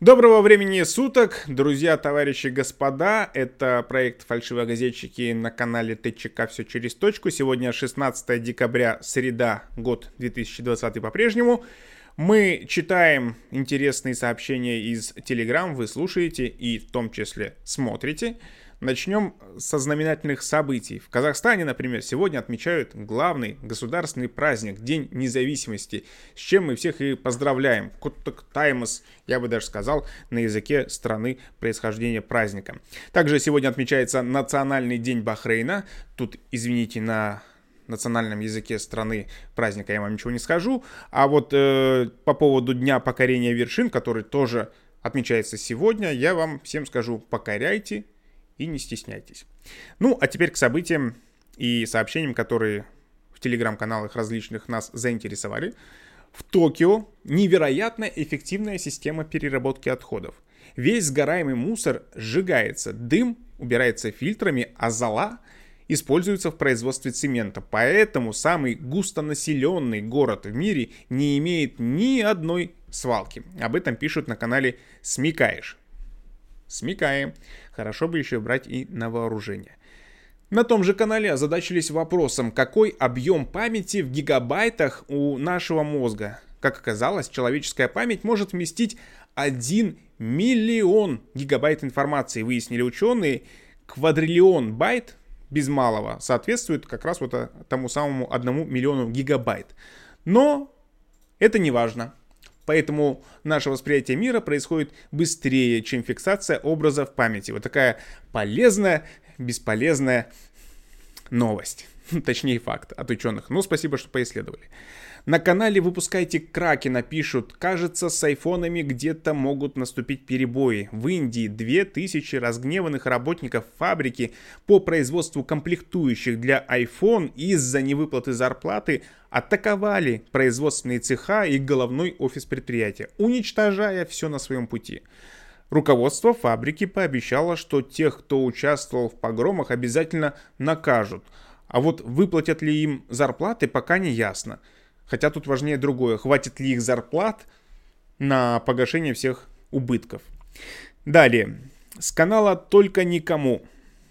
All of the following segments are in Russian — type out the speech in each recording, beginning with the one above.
Доброго времени суток, друзья, товарищи, господа. Это проект «Фальшивые газетчики» на канале ТЧК «Все через точку». Сегодня 16 декабря, среда, год 2020 по-прежнему. Мы читаем интересные сообщения из Telegram, вы слушаете и в том числе смотрите. Начнем со знаменательных событий. В Казахстане, например, сегодня отмечают главный государственный праздник, День независимости, с чем мы всех и поздравляем. Коттуктаймас, я бы даже сказал, на языке страны происхождения праздника. Также сегодня отмечается Национальный день Бахрейна. Тут, извините, на национальном языке страны праздника я вам ничего не скажу. А вот по поводу Дня покорения вершин, который тоже отмечается сегодня, я вам всем скажу: покоряйте и не стесняйтесь. Ну, а теперь к событиям и сообщениям, которые в телеграм-каналах различных нас заинтересовали. В Токио невероятно эффективная система переработки отходов. Весь сгораемый мусор сжигается, дым убирается фильтрами, а зола используется в производстве цемента. Поэтому самый густонаселенный город в мире не имеет ни одной свалки. Об этом пишут на канале Смекаешь. Смекаем. Хорошо бы еще брать и на вооружение. На том же канале озадачились вопросом, какой объем памяти в гигабайтах у нашего мозга. Как оказалось, человеческая память может вместить 1 миллион гигабайт информации. Выяснили ученые, квадриллион байт без малого соответствует как раз вот тому самому 1 миллиону гигабайт. Но это не важно. Поэтому наше восприятие мира происходит быстрее, чем фиксация образа в памяти. Вот такая полезная, бесполезная новость. Точнее, факт от ученых. Ну, спасибо, что поисследовали. На канале «Выпускайте Кракена» пишут: кажется, с айфонами где-то могут наступить перебои. В Индии 2000 разгневанных работников фабрики по производству комплектующих для iPhone из-за невыплаты зарплаты атаковали производственные цеха и головной офис предприятия, уничтожая все на своем пути. Руководство фабрики пообещало, что тех, кто участвовал в погромах, обязательно накажут. А вот выплатят ли им зарплаты, пока не ясно. Хотя тут важнее другое: хватит ли их зарплат на погашение всех убытков. Далее. С канала «Только никому».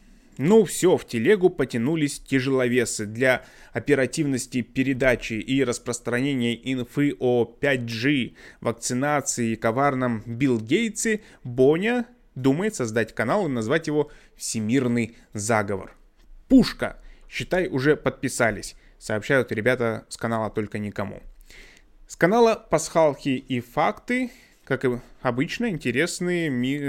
Ну все, в телегу потянулись тяжеловесы. Для оперативности передачи и распространения инфы о 5G, вакцинации и коварном Билл Гейтсе Боня думает создать канал и назвать его «Всемирный заговор». Пушка! Считай, уже подписались, сообщают ребята с канала «Только никому». С канала «Пасхалки и факты», как и обычно, интересные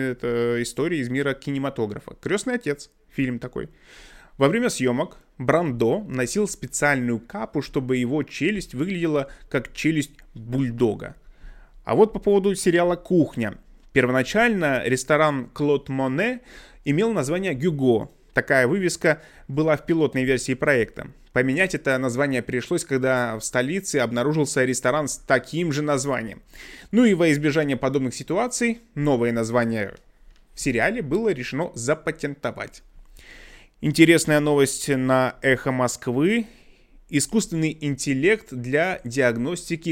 истории из мира кинематографа. «Крестный отец», фильм такой. Во время съемок Брандо носил специальную капу, чтобы его челюсть выглядела как челюсть бульдога. А вот по поводу сериала «Кухня». Первоначально ресторан Клод Моне имел название «Гюго». Такая вывеска была в пилотной версии проекта. Поменять это название пришлось, когда в столице обнаружился ресторан с таким же названием. Ну и во избежание подобных ситуаций новое название в сериале было решено запатентовать. Интересная новость на «Эхо Москвы». Искусственный интеллект для диагностики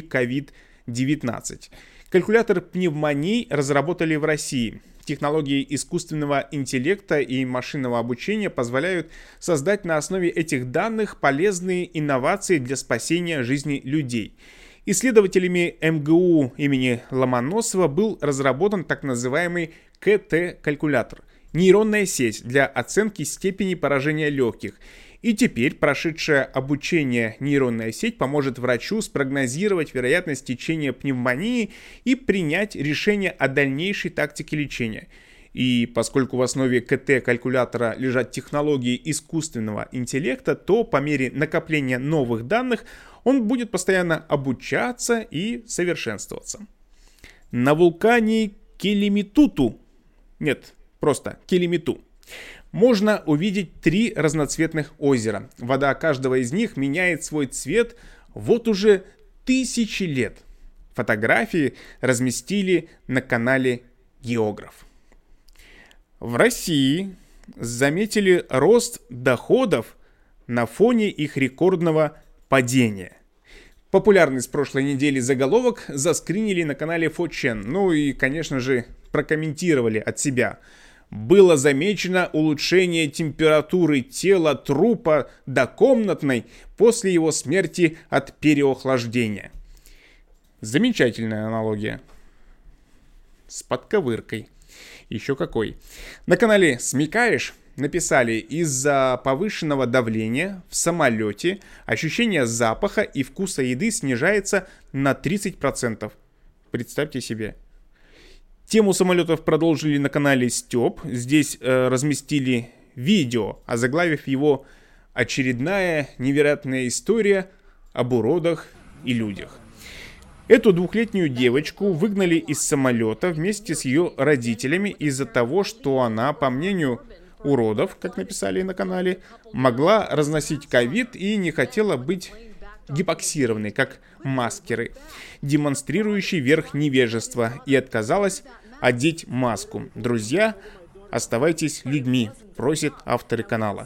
COVID-19. Калькулятор пневмонии разработали в России. Технологии искусственного интеллекта и машинного обучения позволяют создать на основе этих данных полезные инновации для спасения жизни людей. Исследователями МГУ имени Ломоносова был разработан так называемый КТ-калькулятор – нейронная сеть для оценки степени поражения легких. И теперь прошедшее обучение нейронная сеть поможет врачу спрогнозировать вероятность течения пневмонии и принять решение о дальнейшей тактике лечения. И поскольку в основе КТ-калькулятора лежат технологии искусственного интеллекта, то по мере накопления новых данных он будет постоянно обучаться и совершенствоваться. На вулкане Килимитуту, просто Килимиту, можно увидеть 3 разноцветных озера. Вода каждого из них меняет свой цвет вот уже тысячи лет. Фотографии разместили на канале Географ. В России заметили рост доходов на фоне их рекордного падения. Популярный с прошлой недели заголовок заскринили на канале 4chan. Ну и, конечно же, прокомментировали от себя. Было замечено улучшение температуры тела трупа до комнатной после его смерти от переохлаждения. Замечательная аналогия. С подковыркой. Еще какой. На канале «Смекаешь» написали: из-за повышенного давления в самолете ощущение запаха и вкуса еды снижается на 30%. Представьте себе. Тему самолетов продолжили на канале Степ. Здесь разместили видео, озаглавив его «Очередная невероятная история об уродах и людях». Эту двухлетнюю девочку выгнали из самолета вместе с ее родителями из-за того, что она, по мнению уродов, как написали на канале, могла разносить ковид и не хотела быть гипоксированной, как маскеры, демонстрирующие верх невежества, и отказалась одеть маску. Друзья, оставайтесь людьми, просят авторы канала.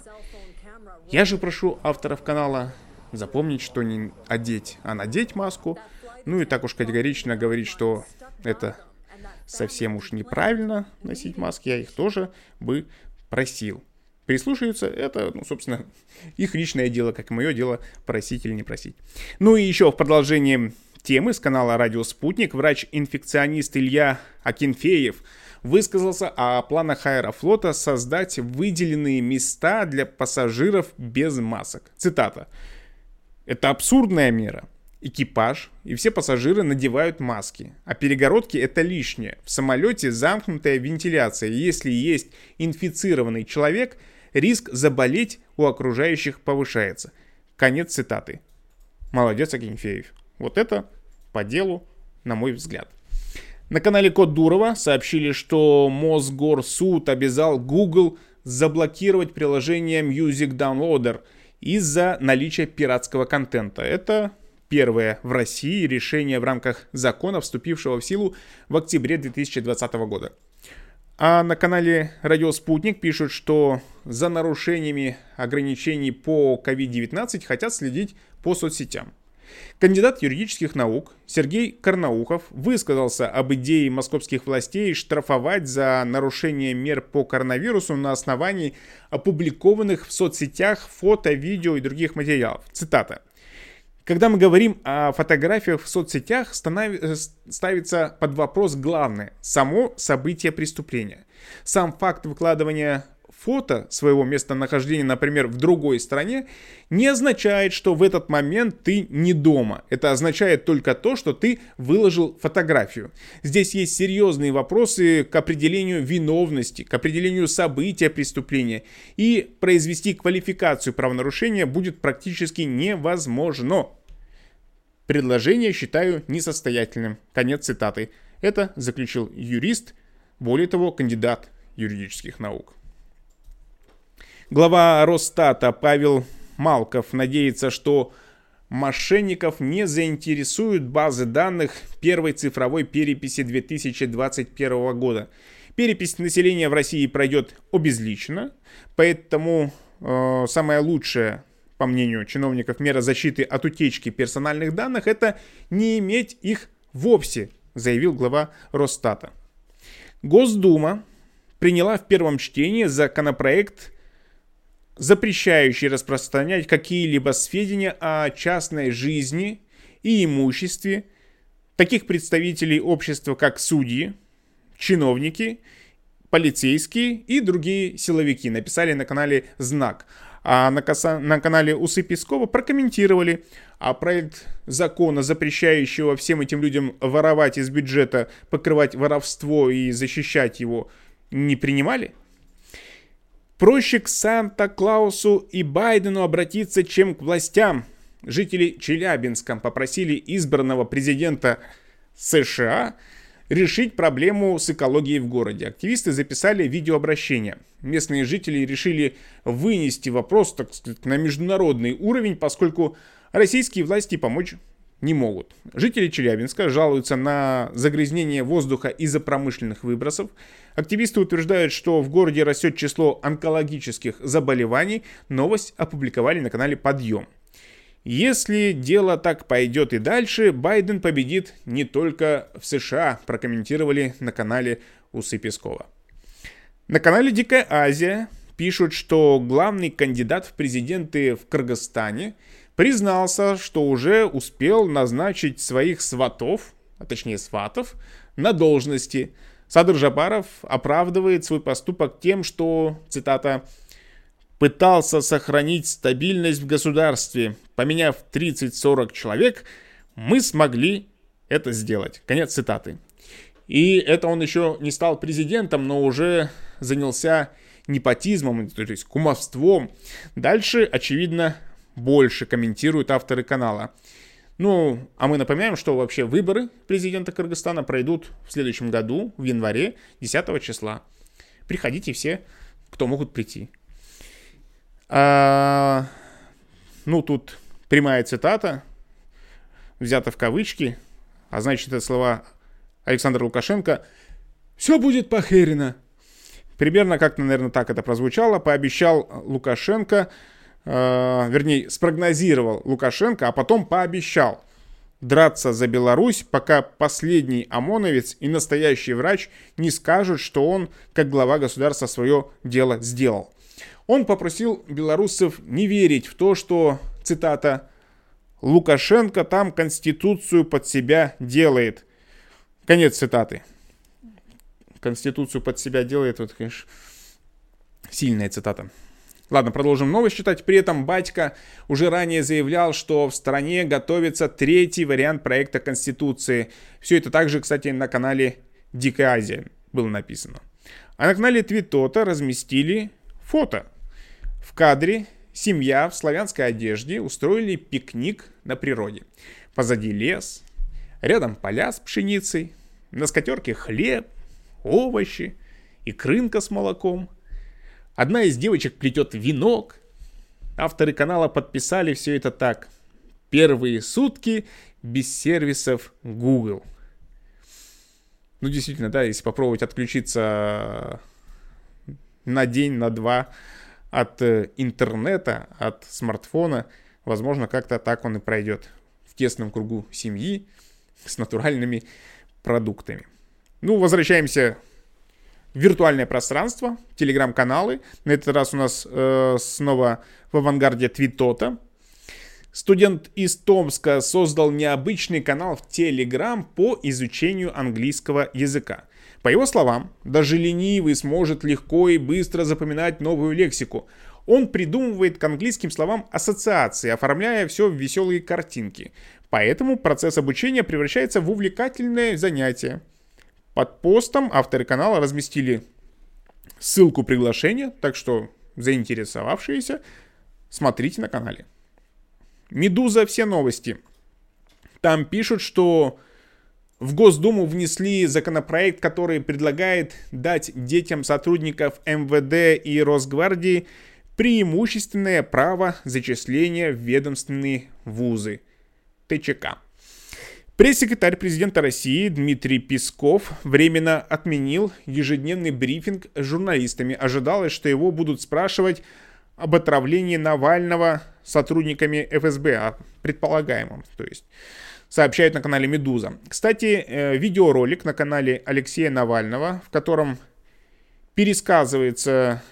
Я же прошу авторов канала запомнить, что не одеть, а надеть маску. Ну и так уж категорично говорить, что это совсем уж неправильно носить маски, я их тоже бы просил. Прислушаются, это, собственно, их личное дело, как и мое дело, просить или не просить. Ну и еще в продолжении темы с канала «Радио Спутник» врач-инфекционист Илья Акинфеев высказался о планах Аэрофлота создать выделенные места для пассажиров без масок. Цитата. «Это абсурдная мера. Экипаж и все пассажиры надевают маски, а перегородки — это лишнее. В самолете замкнутая вентиляция, и если есть инфицированный человек, риск заболеть у окружающих повышается». Конец цитаты. Молодец, Акинфеев. Вот это по делу, на мой взгляд. На канале Код Дурова сообщили, что Мосгорсуд обязал Google заблокировать приложение Music Downloader из-за наличия пиратского контента. Это первое в России решение в рамках закона, вступившего в силу в октябре 2020 года. А на канале «Радио Спутник» пишут, что за нарушениями ограничений по COVID-19 хотят следить по соцсетям. Кандидат юридических наук Сергей Карнаухов высказался об идее московских властей штрафовать за нарушение мер по коронавирусу на основании опубликованных в соцсетях фото, видео и других материалов. Цитата. «Когда мы говорим о фотографиях в соцсетях, ставится под вопрос главное – само событие преступления. Сам факт выкладывания фото своего местонахождения, например, в другой стране, не означает, что в этот момент ты не дома. Это означает только то, что ты выложил фотографию. Здесь есть серьезные вопросы к определению виновности, к определению события преступления. И произвести квалификацию правонарушения будет практически невозможно. Предложение считаю несостоятельным». Конец цитаты. Это заключил юрист, более того, кандидат юридических наук. Глава Росстата Павел Малков надеется, что мошенников не заинтересуют базы данных первой цифровой переписи 2021 года. Перепись населения в России пройдет обезличенно, поэтому самое лучшее, по мнению чиновников, мера защиты от утечки персональных данных — это не иметь их вовсе, заявил глава Росстата. Госдума приняла в первом чтении законопроект, запрещающий распространять какие-либо сведения о частной жизни и имуществе таких представителей общества, как судьи, чиновники, полицейские и другие силовики, написали на канале «Знак». А на канале Усы Пескова прокомментировали, а проект закона, запрещающего всем этим людям воровать из бюджета, покрывать воровство и защищать его, не принимали? Проще к Санта-Клаусу и Байдену обратиться, чем к властям. Жители Челябинска попросили избранного президента США решить проблему с экологией в городе. Активисты записали видеообращение. Местные жители решили вынести вопрос, так сказать, на международный уровень, поскольку российские власти помочь не могут. Жители Челябинска жалуются на загрязнение воздуха из-за промышленных выбросов. Активисты утверждают, что в городе растет число онкологических заболеваний. Новость опубликовали на канале «Подъем». Если дело так пойдет и дальше, Байден победит не только в США, прокомментировали на канале усы Пескова. На канале Дикая Азия пишут, что главный кандидат в президенты в Кыргызстане признался, что уже успел назначить своих сватов, а точнее сватов, на должности. Садыр Жапаров оправдывает свой поступок тем, что, цитата, «пытался сохранить стабильность в государстве. Поменяв 30-40 человек, мы смогли это сделать». Конец цитаты. И это он еще не стал президентом, но уже занялся непотизмом, то есть кумовством. Дальше, очевидно, больше комментируют авторы канала. Ну, а мы напоминаем, что вообще выборы президента Кыргызстана пройдут в следующем году, в январе, 10 числа. Приходите все, кто могут прийти. Ну, тут прямая цитата, взята в кавычки, а значит, это слова Александра Лукашенко. «Все будет похерено». Примерно как-то, наверное, так это прозвучало. Пообещал Лукашенко, вернее, спрогнозировал Лукашенко, а потом пообещал драться за Беларусь, пока последний ОМОНовец и настоящий врач не скажут, что он, как глава государства, свое дело сделал. Он попросил белорусов не верить в то, что, цитата, «Лукашенко там конституцию под себя делает». Конец цитаты. Конституцию под себя делает, вот, конечно, сильная цитата. Ладно, продолжим новость читать. При этом батька уже ранее заявлял, что в стране готовится третий вариант проекта Конституции. Все это также, кстати, на канале Дикая Азия было написано. А на канале Твитота разместили фото. В кадре семья в славянской одежде устроили пикник на природе. Позади лес, рядом поля с пшеницей, на скатерке хлеб, овощи и крынка с молоком. Одна из девочек плетет венок. Авторы канала подписали все это так. Первые сутки без сервисов Google. Ну, действительно, да, если попробовать отключиться на день, на два от интернета, от смартфона, возможно, как-то так он и пройдет в тесном кругу семьи с натуральными продуктами. Ну, возвращаемся в виртуальное пространство, телеграм-каналы. На этот раз у нас снова в авангарде Твитота. Студент из Томска создал необычный канал в Телеграм по изучению английского языка. По его словам, даже ленивый сможет легко и быстро запоминать новую лексику. Он придумывает к английским словам ассоциации, оформляя все в веселые картинки. Поэтому процесс обучения превращается в увлекательное занятие. Под постом авторы канала разместили ссылку приглашения, так что заинтересовавшиеся, смотрите на канале. Медуза, все новости. Там пишут, что в Госдуму внесли законопроект, который предлагает дать детям сотрудников МВД и Росгвардии преимущественное право зачисления в ведомственные вузы. ТЧК. Пресс-секретарь президента России Дмитрий Песков временно отменил ежедневный брифинг с журналистами. Ожидалось, что его будут спрашивать об отравлении Навального сотрудниками ФСБ, о предполагаемом, то есть, сообщают на канале «Медуза». Кстати, видеоролик на канале Алексея Навального, в котором пересказывается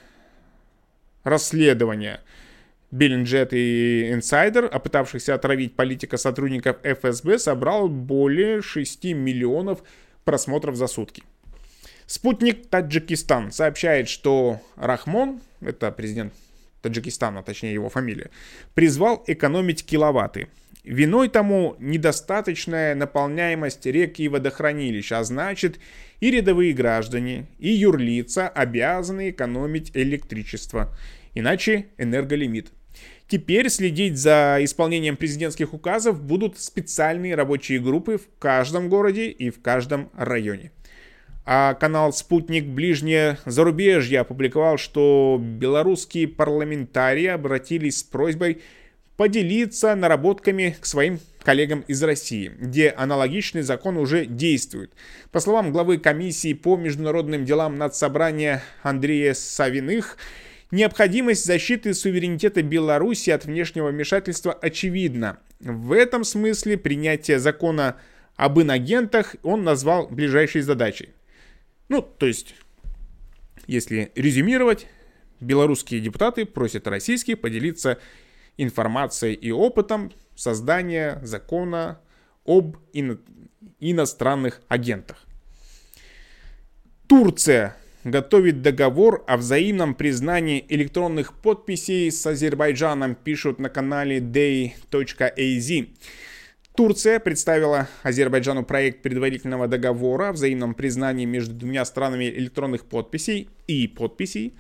расследование Беллинджет и Инсайдер, опытавшихся отравить политика сотрудников ФСБ, собрал более 6 миллионов просмотров за сутки. Спутник Таджикистан сообщает, что Рахмон, это президент Таджикистана, точнее его фамилия, призвал экономить киловатты. Виной тому недостаточная наполняемость рек и водохранилищ, а значит и рядовые граждане, и юрлица обязаны экономить электричество, иначе энерголимит. Теперь следить за исполнением президентских указов будут специальные рабочие группы в каждом городе и в каждом районе. А канал «Спутник Ближнее зарубежье» опубликовал, что белорусские парламентарии обратились с просьбой поделиться наработками к своим коллегам из России, где аналогичный закон уже действует. По словам главы комиссии по международным делам Надсобрания Андрея Савиных, необходимость защиты суверенитета Беларуси от внешнего вмешательства очевидна. В этом смысле принятие закона об инагентах он назвал ближайшей задачей. То есть, если резюмировать, белорусские депутаты просят российских поделиться информацией и опытом создания закона об иностранных агентах. Турция готовит договор о взаимном признании электронных подписей с Азербайджаном, пишут на канале day.az. Турция представила Азербайджану проект предварительного договора о взаимном признании между двумя странами электронных подписей и подписей.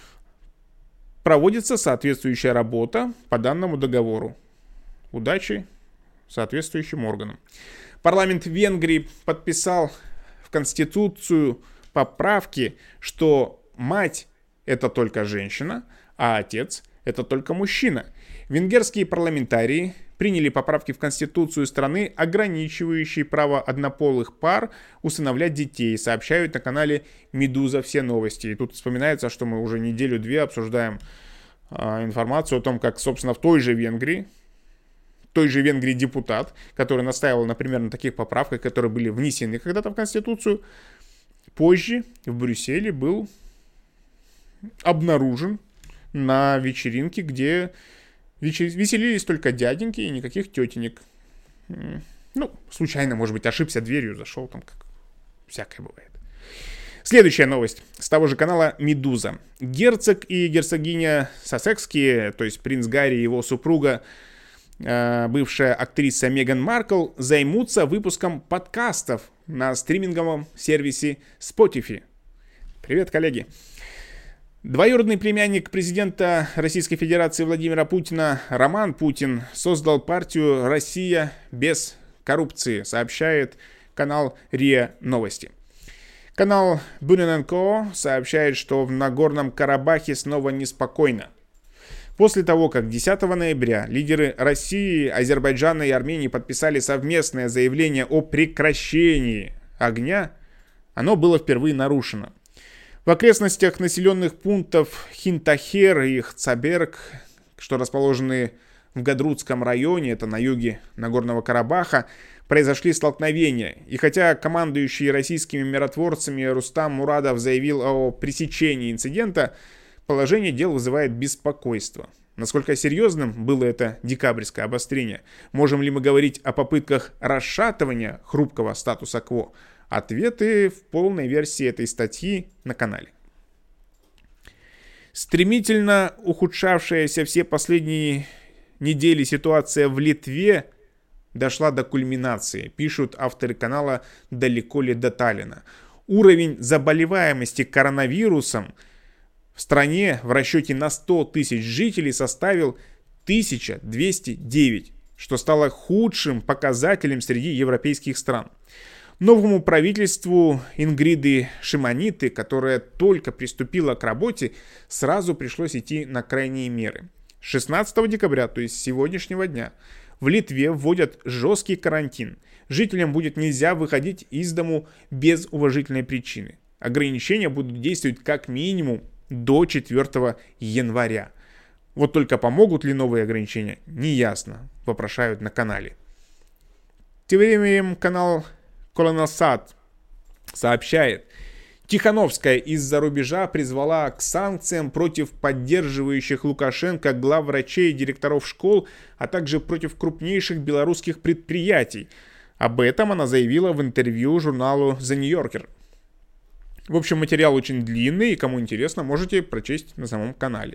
Проводится соответствующая работа по данному договору. Удачи соответствующим органам. Парламент Венгрии подписал в Конституцию поправки, что мать — это только женщина, а отец — это только мужчина. Венгерские парламентарии приняли поправки в Конституцию страны, ограничивающие право однополых пар усыновлять детей, сообщают на канале «Медуза. Все новости». И тут вспоминается, что мы уже неделю-две обсуждаем информацию о том, как, собственно, в той же Венгрии депутат, который настаивал, например, на таких поправках, которые были внесены когда-то в Конституцию, позже в Брюсселе был обнаружен на вечеринке, где веселились только дяденьки и никаких тетенек. Случайно, может быть, ошибся дверью, зашел там, как всякое бывает. Следующая новость с того же канала «Медуза». Герцог и герцогиня Сассекские, то есть принц Гарри и его супруга, бывшая актриса Меган Маркл, займутся выпуском подкастов на стриминговом сервисе Spotify. Привет, коллеги! Двоюродный племянник президента Российской Федерации Владимира Путина Роман Путин создал партию «Россия без коррупции», сообщает канал РИА Новости. Канал Бунин&Co сообщает, что в Нагорном Карабахе снова неспокойно. После того, как 10 ноября лидеры России, Азербайджана и Армении подписали совместное заявление о прекращении огня, оно было впервые нарушено. В окрестностях населенных пунктов Хинтахер и Хцаберг, что расположены в Гадрутском районе, это на юге Нагорного Карабаха, произошли столкновения. И хотя командующий российскими миротворцами Рустам Мурадов заявил о пресечении инцидента, положение дел вызывает беспокойство. Насколько серьезным было это декабрьское обострение? Можем ли мы говорить о попытках расшатывания хрупкого статуса-кво? Ответы в полной версии этой статьи на канале. Стремительно ухудшавшаяся все последние недели ситуация в Литве дошла до кульминации, пишут авторы канала «Далеко ли до Таллина». Уровень заболеваемости коронавирусом в стране в расчете на 100 тысяч жителей составил 1209, что стало худшим показателем среди европейских стран. Новому правительству Ингриды Шимониты, которая только приступила к работе, сразу пришлось идти на крайние меры. 16 декабря, то есть с сегодняшнего дня, в Литве вводят жесткий карантин. Жителям будет нельзя выходить из дому без уважительной причины. Ограничения будут действовать как минимум до 4 января. Вот только помогут ли новые ограничения, неясно, вопрошают на канале. Тем временем канал Колоносат сообщает, Тихановская из-за рубежа призвала к санкциям против поддерживающих Лукашенко главврачей и директоров школ, а также против крупнейших белорусских предприятий. Об этом она заявила в интервью журналу The New Yorker. В общем, материал очень длинный, и кому интересно, можете прочесть на самом канале.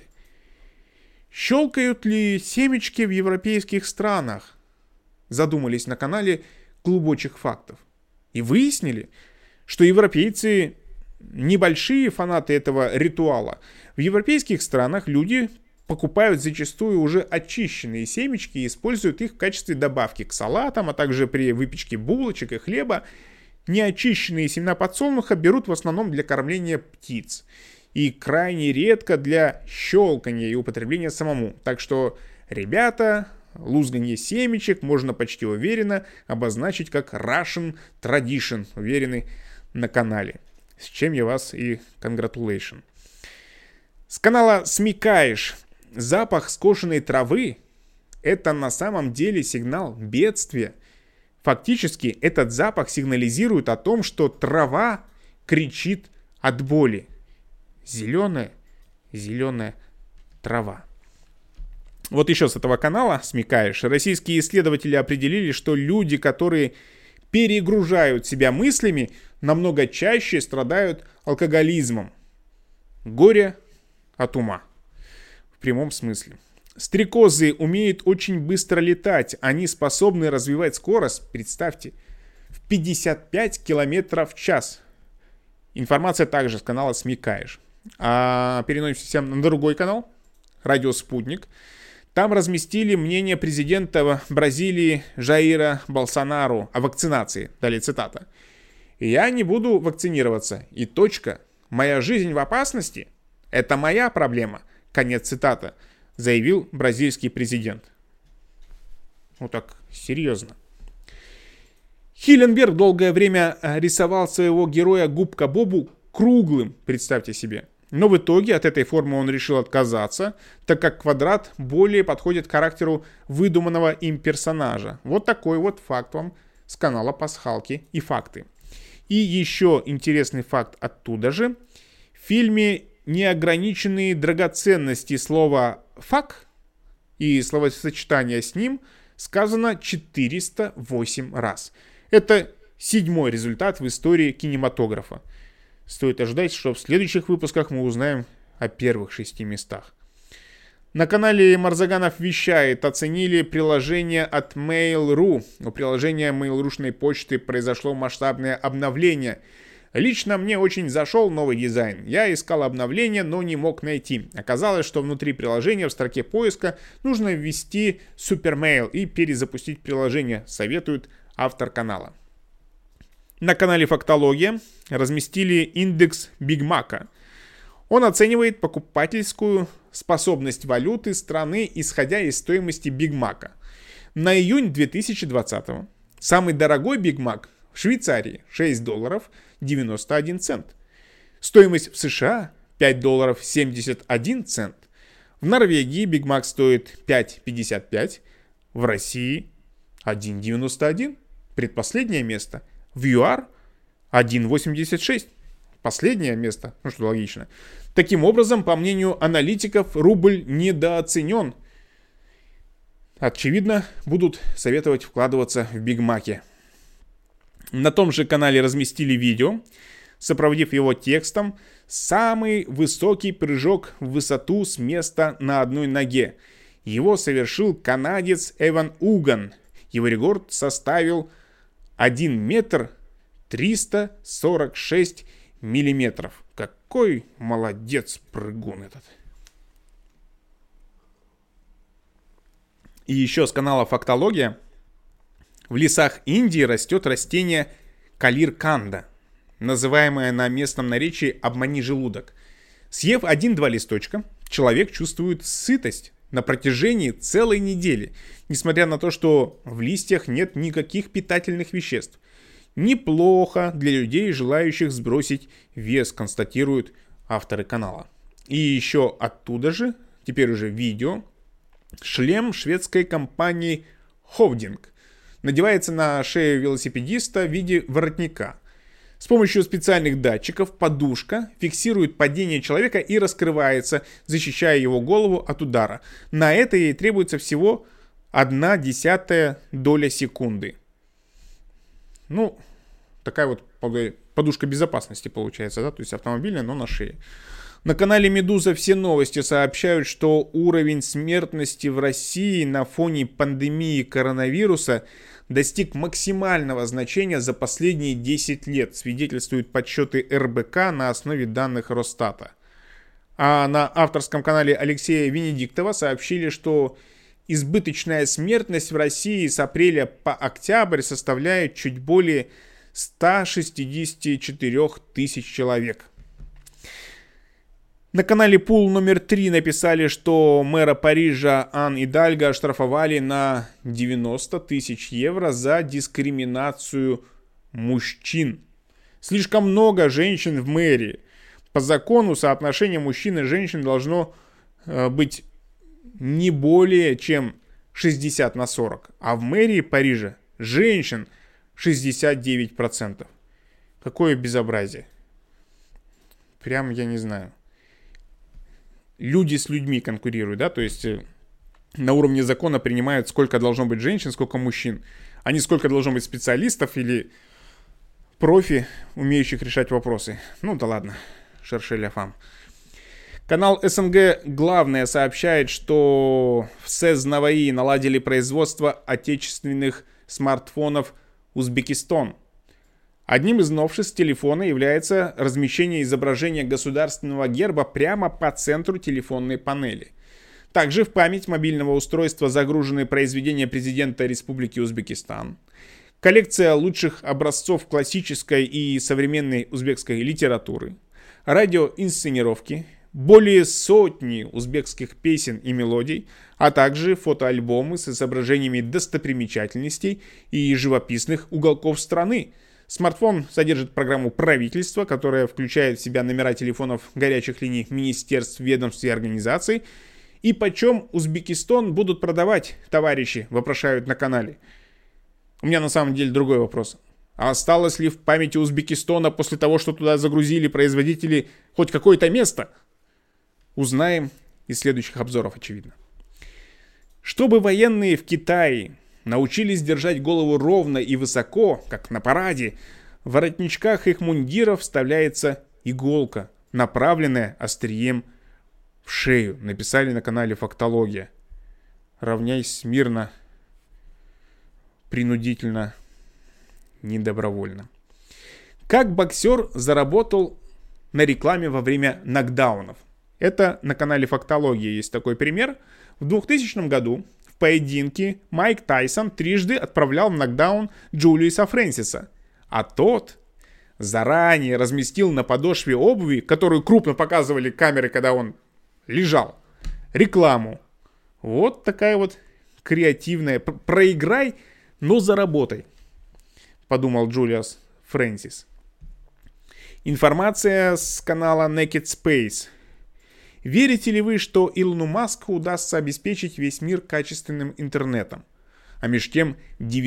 Щелкают ли семечки в европейских странах? Задумались на канале Клубочек фактов. И выяснили, что европейцы небольшие фанаты этого ритуала. В европейских странах люди покупают зачастую уже очищенные семечки и используют их в качестве добавки к салатам, а также при выпечке булочек и хлеба. Неочищенные семена подсолнуха берут в основном для кормления птиц и крайне редко для щелкания и употребления самому. Так что, ребята, лузганье семечек можно почти уверенно обозначить как Russian Tradition, уверены на канале. С чем я вас и congratulation. С канала «Смекаешь». Запах скошенной травы – это на самом деле сигнал бедствия. Фактически этот запах сигнализирует о том, что трава кричит от боли. Зеленая трава. Вот еще с этого канала смекаешь. Российские исследователи определили, что люди, которые перегружают себя мыслями, намного чаще страдают алкоголизмом. Горе от ума. В прямом смысле. Стрекозы умеют очень быстро летать. Они способны развивать скорость, представьте, в 55 км в час. Информация также с канала «Смекаешь». А переносимся на другой канал, радио «Спутник». Там разместили мнение президента Бразилии Жаира Болсонару о вакцинации. Далее цитата. «Я не буду вакцинироваться. И точка. Моя жизнь в опасности. Это моя проблема». Конец цитаты. Заявил бразильский президент. Вот так серьезно. Хиленберг долгое время рисовал своего героя Губка Бобу круглым, представьте себе. Но в итоге от этой формы он решил отказаться, так как квадрат более подходит к характеру выдуманного им персонажа. Вот такой вот факт вам с канала «Пасхалки и факты». И еще интересный факт оттуда же. В фильме «Неограниченные драгоценности» слова «фак» и словосочетание с ним сказано 408 раз. Это 7-й результат в истории кинематографа. Стоит ожидать, что в следующих выпусках мы узнаем о первых 6 местах. На канале Марзаганов вещает, оценили приложение от Mail.ru. У приложения Mail.ru-шной почты произошло масштабное обновление. Лично мне очень зашел новый дизайн. Я искал обновление, но не мог найти. Оказалось, что внутри приложения в строке поиска нужно ввести Supermail и перезапустить приложение, советует автор канала. На канале Фактология разместили индекс Биг Мака. Он оценивает покупательскую способность валюты страны, исходя из стоимости Биг Мака. На июнь 2020 самый дорогой Биг Мак в Швейцарии $6.91. Стоимость в США $5.71. В Норвегии Биг Мак стоит $5.55. В России $1.91. Предпоследнее место. В ЮАР 1.86. Последнее место. Ну что логично. Таким образом, по мнению аналитиков, рубль недооценен. Очевидно, будут советовать вкладываться в Биг Маки. На том же канале разместили видео, сопроводив его текстом «Самый высокий прыжок в высоту с места на одной ноге». Его совершил канадец Эван Уган. Его рекорд составил 1 метр 346 миллиметров. Какой молодец прыгун этот. И еще с канала Фактология. В лесах Индии растет растение калирканда, называемое на местном наречии «обмани желудок». Съев 1-2 листочка, человек чувствует сытость на протяжении целой недели, несмотря на то, что в листьях нет никаких питательных веществ. Неплохо для людей, желающих сбросить вес, констатируют авторы канала. И еще оттуда же, теперь уже видео, шлем шведской компании Ховдинг надевается на шею велосипедиста в виде воротника. С помощью специальных датчиков подушка фиксирует падение человека и раскрывается, защищая его голову от удара. На это ей требуется всего 0,1 доля секунды. Ну, такая вот подушка безопасности получается, да, то есть автомобильная, но на шее. На канале «Медуза» все новости сообщают, что уровень смертности в России на фоне пандемии коронавируса достиг максимального значения за последние 10 лет, свидетельствуют подсчеты РБК на основе данных Росстата. А на авторском канале Алексея Венедиктова сообщили, что избыточная смертность в России с апреля по октябрь составляет чуть более 164 тысяч человек. На канале Пул номер 3 написали, что мэра Парижа Ан Идальго оштрафовали на 90 тысяч евро за дискриминацию мужчин. Слишком много женщин в мэрии. По закону соотношение мужчин и женщин должно быть не более чем 60/40. А в мэрии Парижа женщин 69%. Какое безобразие. прям, я не знаю, люди с людьми конкурируют, да, то есть на уровне закона принимают, сколько должно быть женщин, сколько мужчин, а не сколько должно быть специалистов или профи, умеющих решать вопросы. Ну да ладно, шершеля фам. Канал СНГ «Главное» сообщает, что в СЭЗ Наваи наладили производство отечественных смартфонов Узбекистан. Одним из новшеств телефона является размещение изображения государственного герба прямо по центру телефонной панели. Также в память мобильного устройства загружены произведения президента Республики Узбекистан, коллекция лучших образцов классической и современной узбекской литературы, радиоинсценировки, более сотни узбекских песен и мелодий, а также фотоальбомы с изображениями достопримечательностей и живописных уголков страны. Смартфон содержит программу правительства, которая включает в себя номера телефонов горячих линий министерств, ведомств и организаций. И почем Узбекистан будут продавать, товарищи, вопрошают на канале. У меня на самом деле другой вопрос. А осталось ли в памяти Узбекистана после того, что туда загрузили производители, хоть какое-то место? Узнаем из следующих обзоров, очевидно. Чтобы военные в Китае научились держать голову ровно и высоко, как на параде, в воротничках их мундиров вставляется иголка, направленная острием в шею. Написали на канале Фактология. Равняйсь смирно, принудительно, недобровольно. Как боксер заработал на рекламе во время нокдаунов? Это на канале Фактология есть такой пример. В 2000 году в поединке Майк Тайсон трижды отправлял в нокдаун Джулиуса Фрэнсиса, а тот заранее разместил на подошве обуви, которую крупно показывали камеры, когда он лежал, рекламу. Вот такая вот креативная. Проиграй, но заработай, подумал Джулиус Фрэнсис. Информация с канала Naked Space. Верите ли вы, что Илону Маску удастся обеспечить весь мир качественным интернетом? А меж тем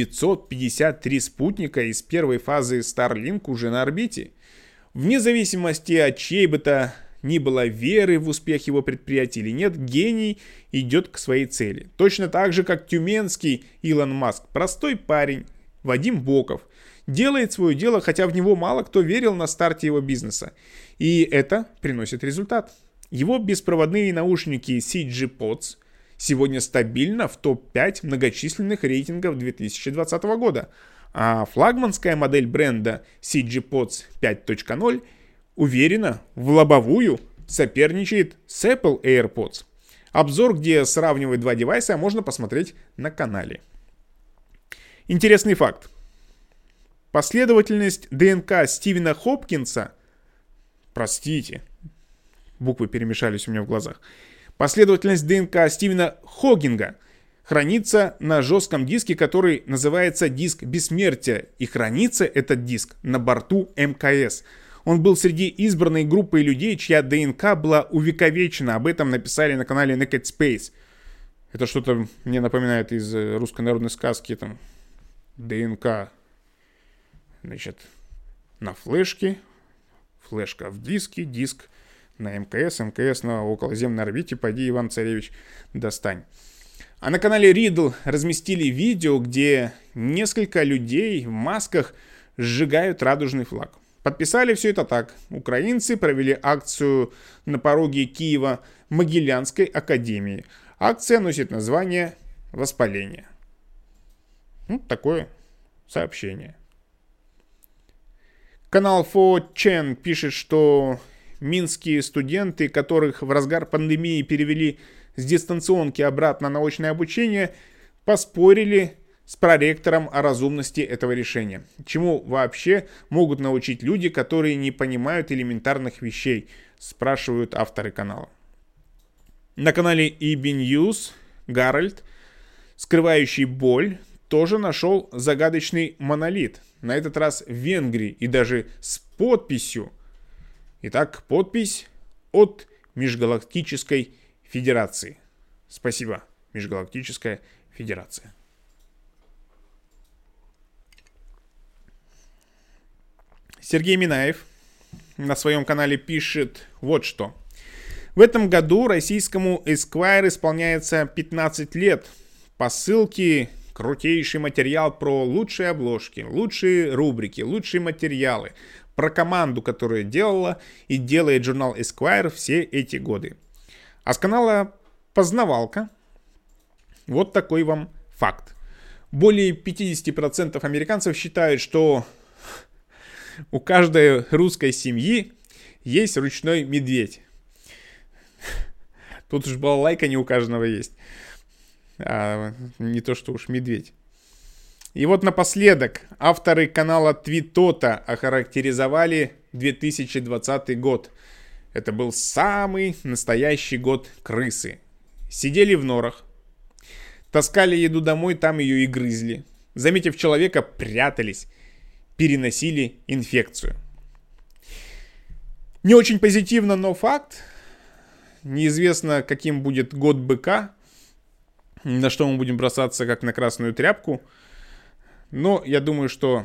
953 спутника из первой фазы Starlink уже на орбите. Вне зависимости от чьей бы то ни было веры в успех его предприятия или нет, гений идет к своей цели. Точно так же, как тюменский Илон Маск, простой парень, Вадим Боков, делает свое дело, хотя в него мало кто верил на старте его бизнеса. И это приносит результат. Его беспроводные наушники CG Pods сегодня стабильно в топ-5 многочисленных рейтингов 2020 года, а флагманская модель бренда CG Pods 5.0 уверенно в лобовую соперничает с Apple AirPods. Обзор, где сравнивают два девайса, можно посмотреть на канале. Интересный факт. Последовательность ДНК Стивена Хопкинса, простите, буквы перемешались у меня в глазах. Последовательность ДНК Стивена Хокинга хранится на жестком диске, который называется диск бессмертия. И хранится этот диск на борту МКС. Он был среди избранной группы людей, чья ДНК была увековечена. Об этом написали на канале Naked Space. Это что-то мне напоминает из русской народной сказки. Там ДНК, значит, на флешке, флешка в диске, диск на МКС, МКС на околоземной орбите, пойди, Иван-Царевич, достань. А на канале Riddle разместили видео, где несколько людей в масках сжигают радужный флаг. Подписали все это так. Украинцы провели акцию на пороге Киева Могилянской академии. Акция носит название «Воспаление». Ну, такое сообщение. Канал 4chan пишет, что минские студенты, которых в разгар пандемии перевели с дистанционки обратно на очное обучение, поспорили с проректором о разумности этого решения. Чему вообще могут научить люди, которые не понимают элементарных вещей, спрашивают авторы канала. На канале EB News Гарольд, скрывающий боль, тоже нашел загадочный монолит. На этот раз в Венгрии и даже с подписью. Итак, подпись от Межгалактической Федерации. Спасибо, Межгалактическая Федерация. Сергей Минаев на своем канале пишет вот что. В этом году российскому Esquire исполняется 15 лет. По ссылке крутейший материал про лучшие обложки, лучшие рубрики, лучшие материалы, про команду, которая делала и делает журнал Esquire все эти годы. А с канала Познавалка вот такой вам факт. Более 50% американцев считают, что у каждой русской семьи есть ручной медведь. Тут уж балалайка не у каждого есть. А не то, что уж медведь. И вот напоследок авторы канала Твитота охарактеризовали 2020 год. Это был самый настоящий год крысы. Сидели в норах, таскали еду домой, там ее и грызли. Заметив человека, прятались, переносили инфекцию. Не очень позитивно, но факт. Неизвестно, каким будет год быка, на что мы будем бросаться, как на красную тряпку. Но я думаю, что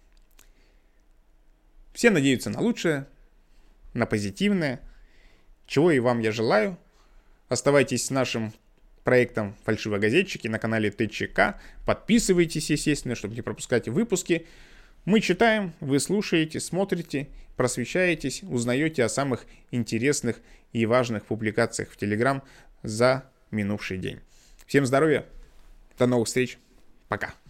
все надеются на лучшее, на позитивное, чего и вам я желаю. Оставайтесь с нашим проектом «Фальшивогазетчики» на канале ТЧК. Подписывайтесь, естественно, чтобы не пропускать выпуски. Мы читаем, вы слушаете, смотрите, просвещаетесь, узнаете о самых интересных и важных публикациях в Telegram за минувший день. Всем здоровья, до новых встреч, пока.